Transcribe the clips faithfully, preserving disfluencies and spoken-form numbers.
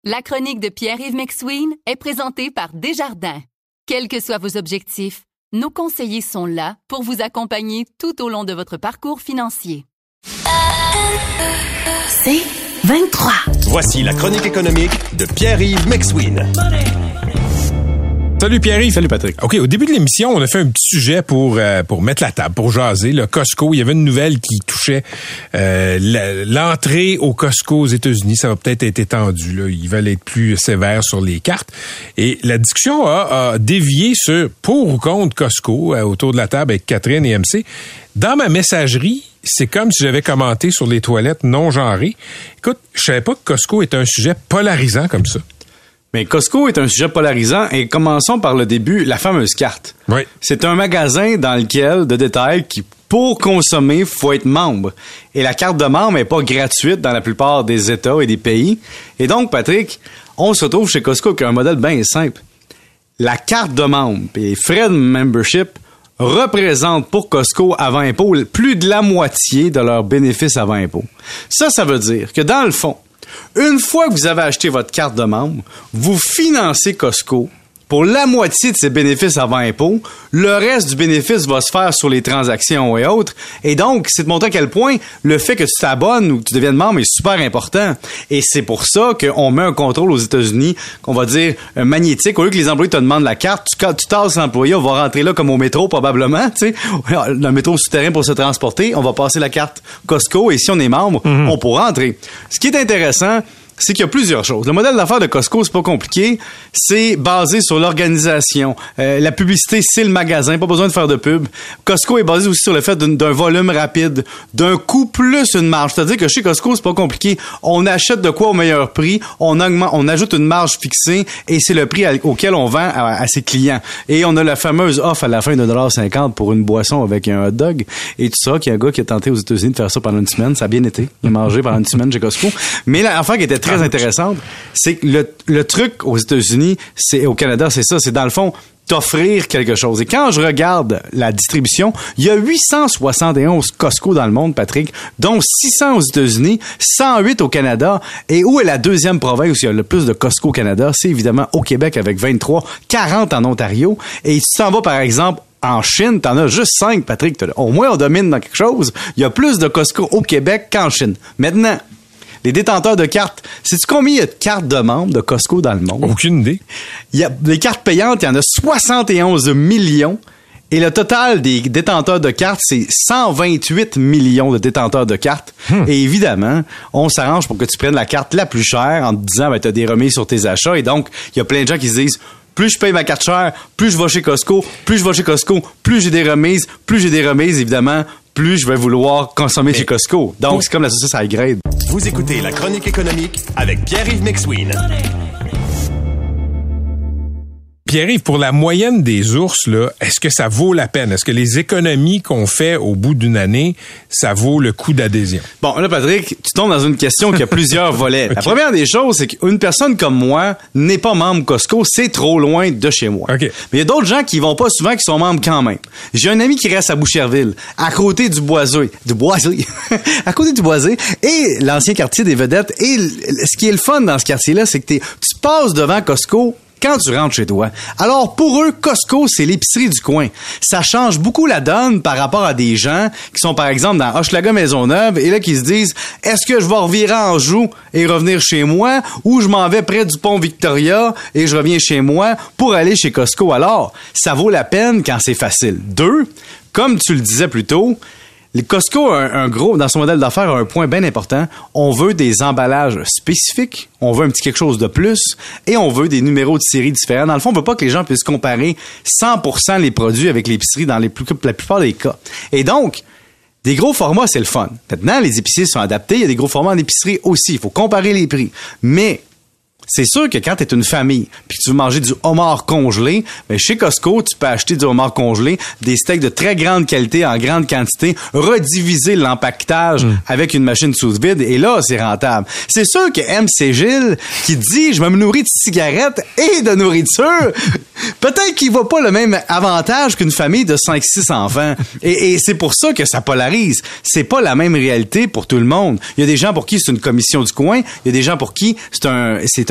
La chronique de Pierre-Yves McSween est présentée par Desjardins. Quels que soient vos objectifs, nos conseillers sont là pour vous accompagner tout au long de votre parcours financier. C'est vingt-trois. Voici la chronique économique de Pierre-Yves McSween. Salut Pierre-Yves. Salut Patrick. OK, au début de l'émission, on a fait un petit sujet pour euh, pour mettre la table, pour jaser. Le Costco, il y avait une nouvelle qui touchait euh, la, l'entrée au Costco aux États-Unis. Ça va peut-être être étendu. Là. Ils veulent être plus sévères sur les cartes. Et la discussion a, a dévié sur pour ou contre Costco euh, autour de la table avec Catherine et M C. Dans ma messagerie, c'est comme si j'avais commenté sur les toilettes non genrées. Écoute, je savais pas que Costco est un sujet polarisant comme ça. Mais Costco est un sujet polarisant et commençons par le début, la fameuse carte. Oui. C'est un magasin dans lequel, de détail, qui, pour consommer, faut être membre. Et la carte de membre n'est pas gratuite dans la plupart des États et des pays. Et donc, Patrick, on se retrouve chez Costco avec un modèle bien simple. La carte de membre et les frais de membership représentent pour Costco avant impôt plus de la moitié de leurs bénéfices avant impôt. Ça, ça veut dire que dans le fond, une fois que vous avez acheté votre carte de membre, vous financez Costco pour la moitié de ses bénéfices avant impôt. Le reste du bénéfice va se faire sur les transactions et autres. Et donc, c'est de montrer à quel point le fait que tu t'abonnes ou que tu deviennes membre est super important. Et c'est pour ça qu'on met un contrôle aux États-Unis, qu'on va dire euh, magnétique. Au lieu que les employés te demandent la carte, tu, tu tasses l'employé, on va rentrer là comme au métro probablement, tu sais, dans le métro souterrain pour se transporter. On va passer la carte Costco et si on est membre, mm-hmm. on pourra entrer. Ce qui est intéressant, c'est qu'il y a plusieurs choses. Le modèle d'affaires de Costco, c'est pas compliqué. C'est basé sur l'organisation. Euh, la publicité, c'est le magasin. Pas besoin de faire de pub. Costco est basé aussi sur le fait d'un, d'un volume rapide, d'un coût plus une marge. C'est-à-dire que chez Costco, c'est pas compliqué. On achète de quoi au meilleur prix. On augmente, on ajoute une marge fixée et c'est le prix à, auquel on vend à, à ses clients. Et on a la fameuse offre à la fin de un dollar cinquante pour une boisson avec un hot dog. Et tu sais qu'il y a un gars qui a tenté aux États-Unis de faire ça pendant une semaine. Ça a bien été. Il a mangé pendant une semaine chez Costco. Mais l'affaire qui était très intéressante, c'est que le, le truc aux États-Unis, c'est au Canada, c'est ça, c'est dans le fond t'offrir quelque chose. Et quand je regarde la distribution, il y a huit cent soixante et onze Costco dans le monde, Patrick, dont six cents aux États-Unis, cent huit au Canada. Et où est la deuxième province où il y a le plus de Costco au Canada? C'est évidemment au Québec avec vingt-trois, quarante en Ontario. Et si tu t'en vas, par exemple, en Chine, t'en as juste cinq, Patrick. Au moins, on domine dans quelque chose. Il y a plus de Costco au Québec qu'en Chine. Maintenant, les détenteurs de cartes, sais-tu combien il y a de cartes de membres de Costco dans le monde? Aucune idée. Il y a des cartes payantes, il y en a soixante et onze millions. Et le total des détenteurs de cartes, c'est cent vingt-huit millions de détenteurs de cartes. Hmm. Et évidemment, on s'arrange pour que tu prennes la carte la plus chère en te disant, ben, t'as des remises sur tes achats. Et donc, il y a plein de gens qui se disent, plus je paye ma carte chère, plus je vais chez Costco, plus je vais chez Costco, plus j'ai des remises, plus j'ai des remises, évidemment, plus je vais vouloir consommer Mais chez Costco. Donc, pour... c'est comme la saucisse à grade. Vous écoutez La Chronique économique avec Pierre-Yves McSween. Pierre-Yves, pour la moyenne des ours, là, est-ce que ça vaut la peine? Est-ce que les économies qu'on fait au bout d'une année, ça vaut le coût d'adhésion? Bon, là, Patrick, tu tombes dans une question qui a plusieurs volets. Okay. La première des choses, c'est qu'une personne comme moi n'est pas membre Costco, c'est trop loin de chez moi. Okay. Mais il y a d'autres gens qui vont pas souvent, qui sont membres quand même. J'ai un ami qui reste à Boucherville, à côté du Boisé. Du Boisé. à côté du Boisé. Et l'ancien quartier des Vedettes. Et ce qui est le fun dans ce quartier-là, c'est que t'es, tu passes devant Costco quand tu rentres chez toi. Alors, pour eux, Costco, c'est l'épicerie du coin. Ça change beaucoup la donne par rapport à des gens qui sont, par exemple, dans Hochelaga Maisonneuve et là, qui se disent, est-ce que je vais revirer en Anjou et revenir chez moi ou je m'en vais près du pont Victoria et je reviens chez moi pour aller chez Costco? Alors, ça vaut la peine quand c'est facile. Deux, comme tu le disais plus tôt, le Costco a un, un gros, dans son modèle d'affaires, a un point bien important. On veut des emballages spécifiques, on veut un petit quelque chose de plus, et on veut des numéros de série différents. Dans le fond, on veut pas que les gens puissent comparer cent pour cent les produits avec l'épicerie dans les plus, la plupart des cas. Et donc, des gros formats, c'est le fun. Maintenant, les épiciers sont adaptés, il y a des gros formats en épicerie aussi. Il faut comparer les prix. Mais c'est sûr que quand tu es une famille puis que tu veux manger du homard congelé, ben chez Costco, tu peux acheter du homard congelé, des steaks de très grande qualité en grande quantité, rediviser l'empaquetage mmh. avec une machine sous vide et là, c'est rentable. C'est sûr que M C Gilles qui dit « Je me nourris de cigarettes et de nourriture », peut-être qu'il voit pas le même avantage qu'une famille de cinq six enfants. Et, et c'est pour ça que ça polarise. C'est pas la même réalité pour tout le monde. Il y a des gens pour qui c'est une commission du coin, il y a des gens pour qui c'est un c'est un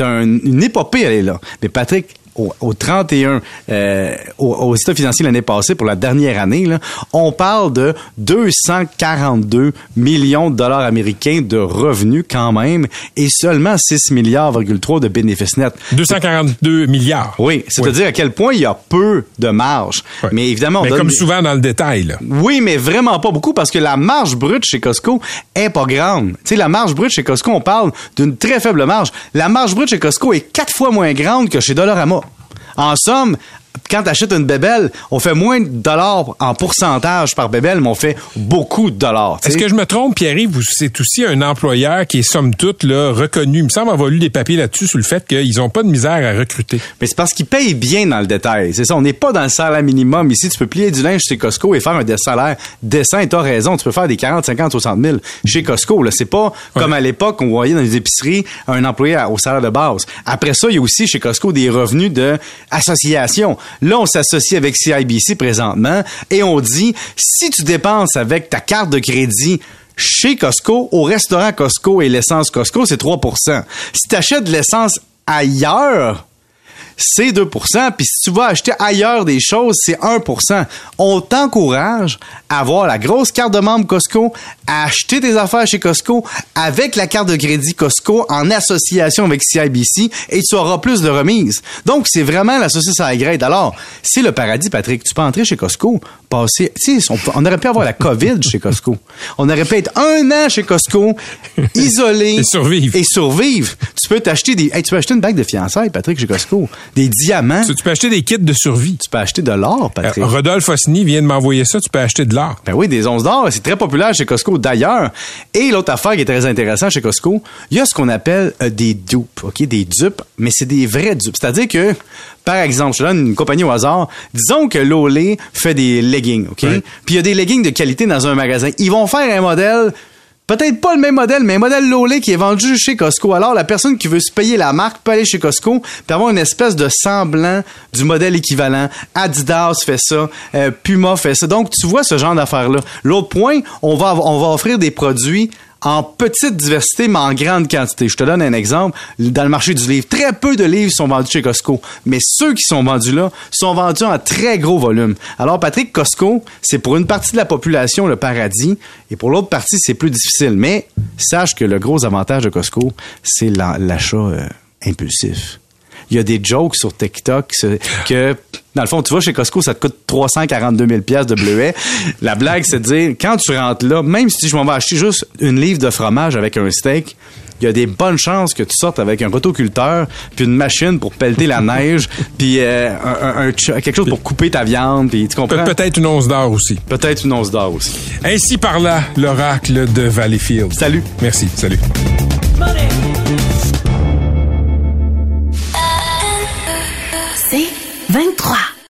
un, une épopée, elle est là. Mais Patrick, Au, au trente et un, euh, aux, aux états financiers l'année passée, pour la dernière année, là, on parle de deux cent quarante-deux millions de dollars américains de revenus quand même et seulement six milliards virgule trois de bénéfices nets. deux cent quarante-deux milliards. Oui, c'est-à-dire oui. à quel point il y a peu de marge. Oui. Mais évidemment, on mais donne... comme souvent dans le détail, là. Oui, mais vraiment pas beaucoup parce que la marge brute chez Costco est pas grande. Tu sais, la marge brute chez Costco, on parle d'une très faible marge. La marge brute chez Costco est quatre fois moins grande que chez Dollarama. En somme, quand tu achètes une bébelle, on fait moins de dollars en pourcentage par bébelle, mais on fait beaucoup de dollars. T'sais. Est-ce que je me trompe, Pierre-Yves, c'est aussi un employeur qui est somme toute là, reconnu? Il me semble avoir lu des papiers là-dessus sur le fait qu'ils n'ont pas de misère à recruter. Mais c'est parce qu'ils payent bien dans le détail. C'est ça, on n'est pas dans le salaire minimum. Ici, tu peux plier du linge chez Costco et faire un salaire décent. Et tu as raison, tu peux faire des quarante, cinquante, soixante mille chez Costco. Là, c'est pas ouais. comme à l'époque, on voyait dans les épiceries un employé au salaire de base. Après ça, il y a aussi chez Costco des revenus d'association. Là, on s'associe avec C I B C présentement et on dit, si tu dépenses avec ta carte de crédit chez Costco, au restaurant Costco et l'essence Costco, c'est trois pour cent. Si tu achètes de l'essence ailleurs, c'est deux pour cent. Puis si tu vas acheter ailleurs des choses, c'est un pour cent. On t'encourage à avoir la grosse carte de membre Costco, à acheter tes affaires chez Costco avec la carte de crédit Costco en association avec C I B C et tu auras plus de remises. Donc, c'est vraiment la saucisse à la graine. Alors, c'est le paradis, Patrick. Tu peux entrer chez Costco, passer... Tu sais, on, on aurait pu avoir la COVID chez Costco. On aurait pu être un an chez Costco, isolé... et survivre. Et survivre. Tu peux t'acheter des... Hey, tu peux acheter une bague de fiançailles, Patrick, chez Costco. Des diamants. Tu, tu peux acheter des kits de survie. Tu peux acheter de l'or, Patrick. Euh, Rodolphe Ossini vient de m'envoyer ça. Tu peux acheter de l'or. Ben oui, des onces d'or. C'est très populaire chez Costco d'ailleurs. Et l'autre affaire qui est très intéressante chez Costco, il y a ce qu'on appelle euh, des dupes, OK? Des dupes, mais c'est des vrais dupes. C'est-à-dire que, par exemple, je te donne une compagnie au hasard. Disons que Lolé fait des leggings, OK? Oui. Puis il y a des leggings de qualité dans un magasin. Ils vont faire un modèle... Peut-être pas le même modèle, mais un modèle Lolé qui est vendu chez Costco. Alors, la personne qui veut se payer la marque peut aller chez Costco puis avoir une espèce de semblant du modèle équivalent. Adidas fait ça, euh, Puma fait ça. Donc, tu vois ce genre d'affaires-là. L'autre point, on va, on va offrir des produits en petite diversité, mais en grande quantité. Je te donne un exemple. Dans le marché du livre, très peu de livres sont vendus chez Costco. Mais ceux qui sont vendus là sont vendus en très gros volume. Alors, Patrick, Costco, c'est pour une partie de la population le paradis. Et pour l'autre partie, c'est plus difficile. Mais sache que le gros avantage de Costco, c'est l'achat euh, impulsif. Il y a des jokes sur TikTok que, dans le fond, tu vas chez Costco, ça te coûte trois cent quarante-deux mille dollars de bleuet. La blague, c'est de dire, quand tu rentres là, même si je m'en vais acheter juste une livre de fromage avec un steak, il y a des bonnes chances que tu sortes avec un rotoculteur, puis une machine pour pelleter la neige, puis euh, un, un, un, quelque chose pour couper ta viande, puis tu comprends? Pe- peut-être une once d'or aussi. Peut-être une once d'or aussi. Ainsi par là, l'oracle de Valleyfield. Salut. Merci, salut. Money. C'est vingt-trois.